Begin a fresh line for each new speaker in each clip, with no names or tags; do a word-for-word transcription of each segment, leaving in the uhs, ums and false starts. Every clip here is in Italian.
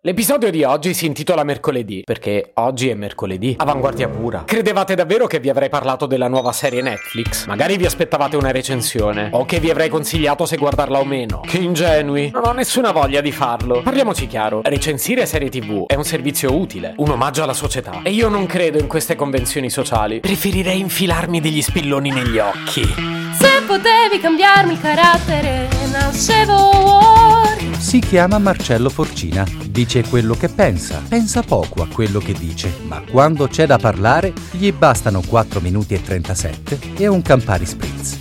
L'episodio di oggi si intitola Mercoledì, perché oggi è mercoledì. Avanguardia pura. Credevate davvero che vi avrei parlato della nuova serie Netflix? Magari vi aspettavate una recensione, o che vi avrei consigliato se guardarla o meno. Che ingenui. Non ho nessuna voglia di farlo. Parliamoci chiaro, recensire serie tv è un servizio utile, un omaggio alla società. E io non credo in queste convenzioni sociali. Preferirei infilarmi degli spilloni negli occhi.
Se potevi cambiarmi il carattere, nascevo.
Si chiama Marcello Forcina, dice quello che pensa, pensa poco a quello che dice, ma quando c'è da parlare gli bastano quattro minuti e trentasette e un Campari Spritz.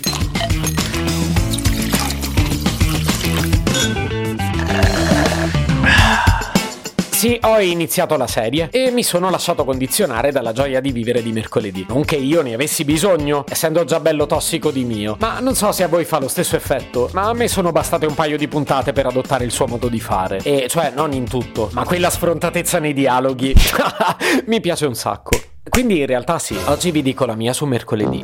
Sì, ho iniziato la serie e mi sono lasciato condizionare dalla gioia di vivere di mercoledì. Non che io ne avessi bisogno, essendo già bello tossico di mio. Ma non so se a voi fa lo stesso effetto, ma a me sono bastate un paio di puntate per adottare il suo modo di fare. E cioè, non in tutto, ma quella sfrontatezza nei dialoghi mi piace un sacco. Quindi in realtà sì, oggi vi dico la mia su mercoledì.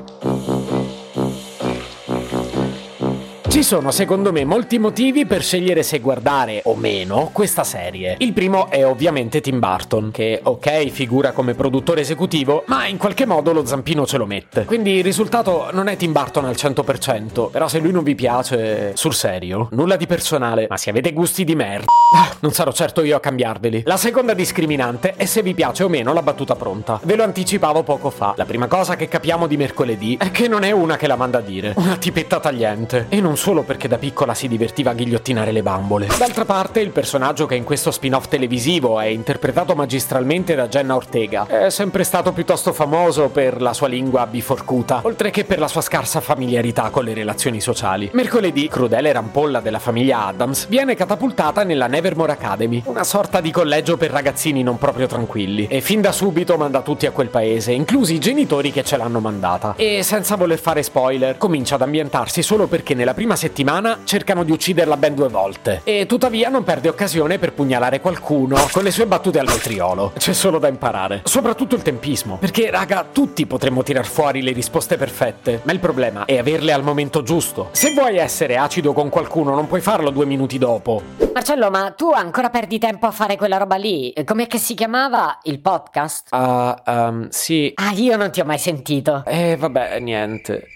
Ci sono secondo me molti motivi per scegliere se guardare o meno questa serie. Il primo è ovviamente Tim Burton, che ok figura come produttore esecutivo, ma in qualche modo lo zampino ce lo mette. Quindi il risultato non è Tim Burton al cento per cento, però se lui non vi piace, sul serio, nulla di personale, ma se avete gusti di merda, non sarò certo io a cambiarveli. La seconda discriminante è se vi piace o meno la battuta pronta. Ve lo anticipavo poco fa. La prima cosa che capiamo di mercoledì è che non è una che la manda a dire, una tipetta tagliente, e non solo perché da piccola si divertiva a ghigliottinare le bambole. D'altra parte, il personaggio che in questo spin-off televisivo è interpretato magistralmente da Jenna Ortega è sempre stato piuttosto famoso per la sua lingua biforcuta, oltre che per la sua scarsa familiarità con le relazioni sociali. Mercoledì, crudele rampolla della famiglia Addams, viene catapultata nella Nevermore Academy, una sorta di collegio per ragazzini non proprio tranquilli, e fin da subito manda tutti a quel paese, inclusi i genitori che ce l'hanno mandata. E senza voler fare spoiler, comincia ad ambientarsi solo perché nella prima settimana cercano di ucciderla ben due volte, e tuttavia non perde occasione per pugnalare qualcuno con le sue battute al vetriolo. C'è solo da imparare, soprattutto il tempismo, perché raga, tutti potremmo tirar fuori le risposte perfette, ma il problema è averle al momento giusto. Se vuoi essere acido con qualcuno non puoi farlo due minuti dopo.
Marcello, ma tu ancora perdi tempo a fare quella roba lì? Com'è che si chiamava? Il podcast?
Ah, uh, um, sì.
Ah, io non ti ho mai sentito.
Eh, vabbè, niente.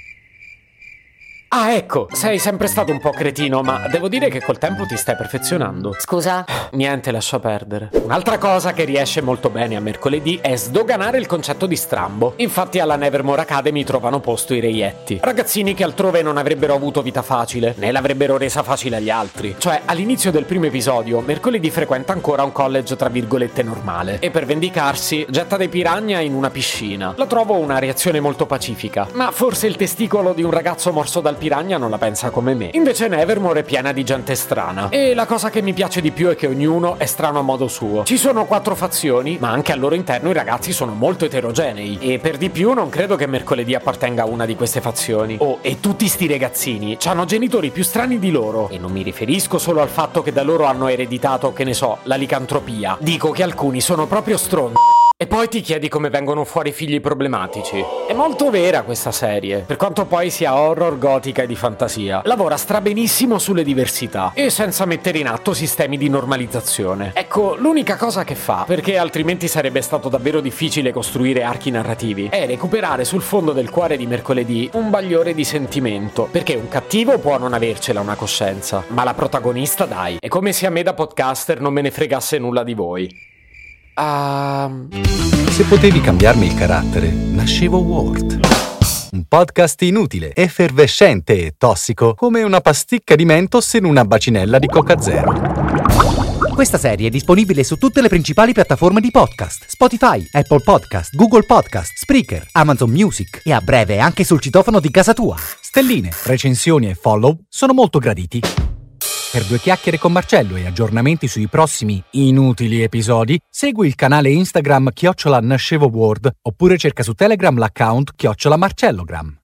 Ah, ecco, sei sempre stato un po' cretino, ma devo dire che col tempo ti stai perfezionando.
Scusa?
Niente, lascia perdere. Un'altra cosa che riesce molto bene a mercoledì è sdoganare il concetto di strambo. Infatti alla Nevermore Academy trovano posto i reietti, ragazzini che altrove non avrebbero avuto vita facile, né l'avrebbero resa facile agli altri. Cioè, all'inizio del primo episodio, mercoledì frequenta ancora un college tra virgolette normale, e per vendicarsi getta dei piranha in una piscina. La trovo una reazione molto pacifica, ma forse il testicolo di un ragazzo morso dal piranha non la pensa come me. Invece Nevermore è piena di gente strana, e la cosa che mi piace di più è che ognuno è strano a modo suo. Ci sono quattro fazioni, ma anche al loro interno i ragazzi sono molto eterogenei, e per di più non credo che mercoledì appartenga a una di queste fazioni. Oh, e tutti sti ragazzini hanno genitori più strani di loro, e non mi riferisco solo al fatto che da loro hanno ereditato, che ne so, la licantropia. Dico che alcuni sono proprio stronzi. E poi ti chiedi come vengono fuori figli problematici. È molto vera questa serie, per quanto poi sia horror, gotica e di fantasia. Lavora strabenissimo sulle diversità, e senza mettere in atto sistemi di normalizzazione. Ecco, l'unica cosa che fa, perché altrimenti sarebbe stato davvero difficile costruire archi narrativi, è recuperare sul fondo del cuore di mercoledì un bagliore di sentimento. Perché un cattivo può non avercela una coscienza, ma la protagonista dai. È come se a me da podcaster non me ne fregasse nulla di voi. Uh...
Se potevi cambiarmi il carattere, nascevo Word. Un podcast inutile, effervescente e tossico, come una pasticca di Mentos in una bacinella di Coca Zero.
Questa serie è disponibile su tutte le principali piattaforme di podcast: Spotify, Apple Podcast, Google Podcast, Spreaker, Amazon Music e a breve anche sul citofono di casa tua.
Stelline, recensioni e follow sono molto graditi. Per due chiacchiere con Marcello e aggiornamenti sui prossimi inutili episodi, segui il canale Instagram chiocciola Nascevo Word oppure cerca su Telegram l'account chiocciola Marcellogram.